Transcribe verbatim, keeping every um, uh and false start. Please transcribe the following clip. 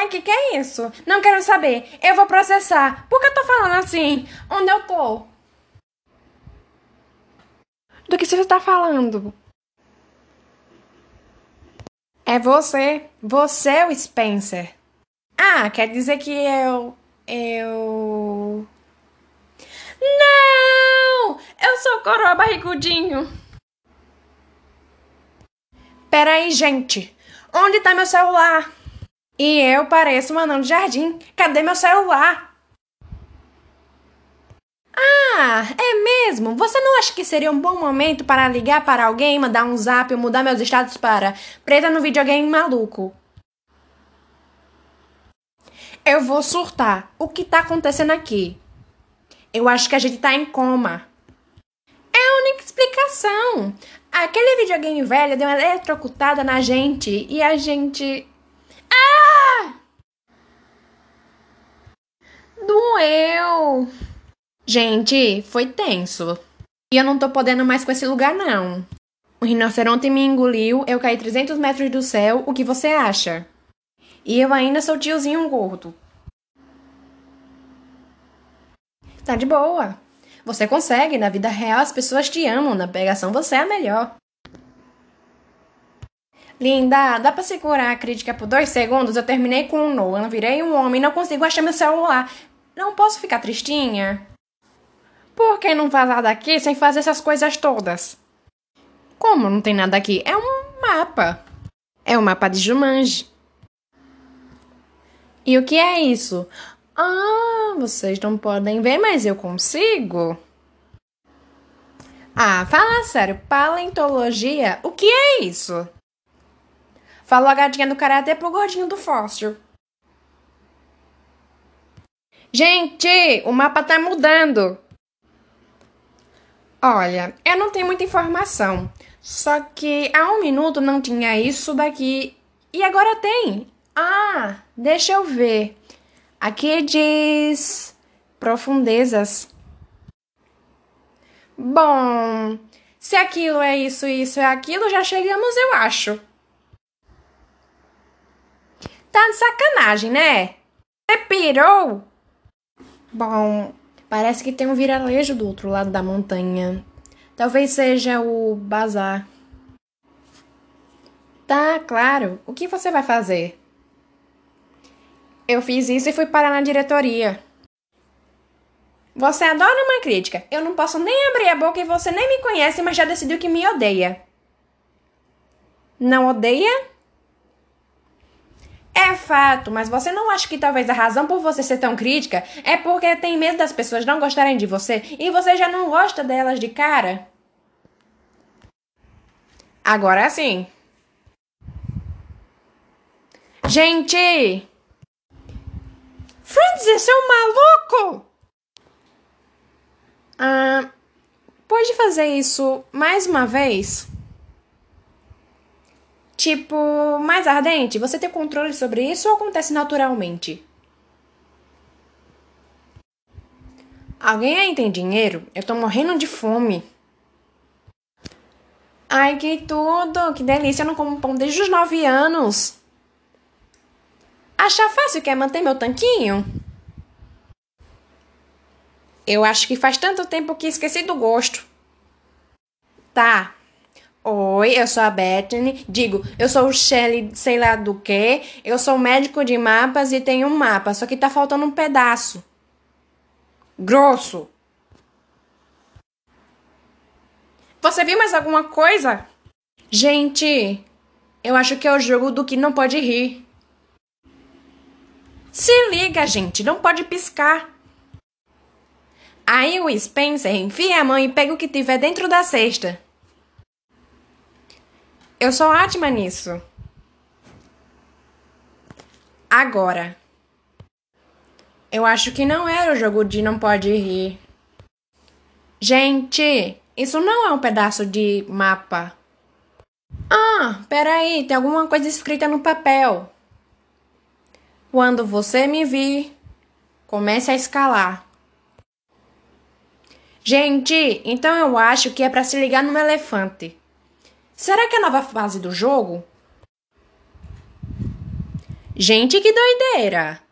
Ai, que que é isso? Não quero saber. Eu vou processar. Por que eu tô falando assim? Onde eu tô? Do que você está falando? É você. Você é o Spencer. Ah, quer dizer que eu... Eu... Não! Eu sou o Coroa Barrigudinho. Peraí, gente. Onde tá meu celular? E eu pareço um anão de jardim. Cadê meu celular? Ah, é mesmo? Você não acha que seria um bom momento para ligar para alguém, mandar um zap ou mudar meus status para presa no videogame maluco? Eu vou surtar. O que tá acontecendo aqui? Eu acho que a gente tá em coma. É a única explicação. Aquele videogame velho deu uma eletrocutada na gente e a gente... Ah! Doeu! Gente, foi tenso. E eu não tô podendo mais com esse lugar, não. O rinoceronte me engoliu, eu caí trezentos metros do céu, o que você acha? E eu ainda sou tiozinho gordo. Tá de boa. Você consegue, na vida real as pessoas te amam, na pegação você é a melhor. Linda, dá pra segurar a crítica por dois segundos? Eu terminei com um Nolan, virei um homem, não consigo achar meu celular. Não posso ficar tristinha? Por que não vazar daqui sem fazer essas coisas todas? Como não tem nada aqui? É um mapa. É o mapa de Jumanji. E o que é isso? Ah, vocês não podem ver, mas eu consigo. Ah, fala sério, paleontologia? O que é isso? Falou a gatinha do karatê pro gordinho do fóssil. Gente, o mapa tá mudando. Olha, eu não tenho muita informação. Só que há um minuto não tinha isso daqui. E agora tem. Ah, deixa eu ver. Aqui diz profundezas. Bom, se aquilo é isso e isso é aquilo, já chegamos, eu acho. Tá de sacanagem, né? Você pirou? Bom, parece que tem um viralejo do outro lado da montanha. Talvez seja o bazar. Tá, claro. O que você vai fazer? Eu fiz isso e fui parar na diretoria. Você adora uma crítica. Eu não posso nem abrir a boca e você nem me conhece, mas já decidiu que me odeia. Não odeia? É fato, mas você não acha que talvez a razão por você ser tão crítica é porque tem medo das pessoas não gostarem de você e você já não gosta delas de cara? Agora sim. Gente! Francis, você é um maluco! Ah, pode fazer isso mais uma vez? Tipo, mais ardente? Você tem controle sobre isso ou acontece naturalmente? Alguém aí tem dinheiro? Eu tô morrendo de fome. Ai, que tudo! Que delícia! Eu não como pão desde os nove anos. Acha fácil quer manter meu tanquinho? Eu acho que faz tanto tempo que esqueci do gosto. Tá. Oi, eu sou a Bethany. Digo, eu sou o Shelley, sei lá do que. Eu sou médico de mapas e tenho um mapa, só que tá faltando um pedaço. Grosso. Você viu mais alguma coisa? Gente, eu acho que é o jogo do que não pode rir. Se liga, gente, não pode piscar. Aí o Spencer enfia a mão e pega o que tiver dentro da cesta. Eu sou ótima nisso. Agora. Eu acho que não era o jogo de não pode rir. Gente, isso não é um pedaço de mapa. Ah, peraí, tem alguma coisa escrita no papel. Quando você me vir, comece a escalar. Gente, então eu acho que é pra se ligar no elefante. Será que é a nova fase do jogo? Gente, que doideira!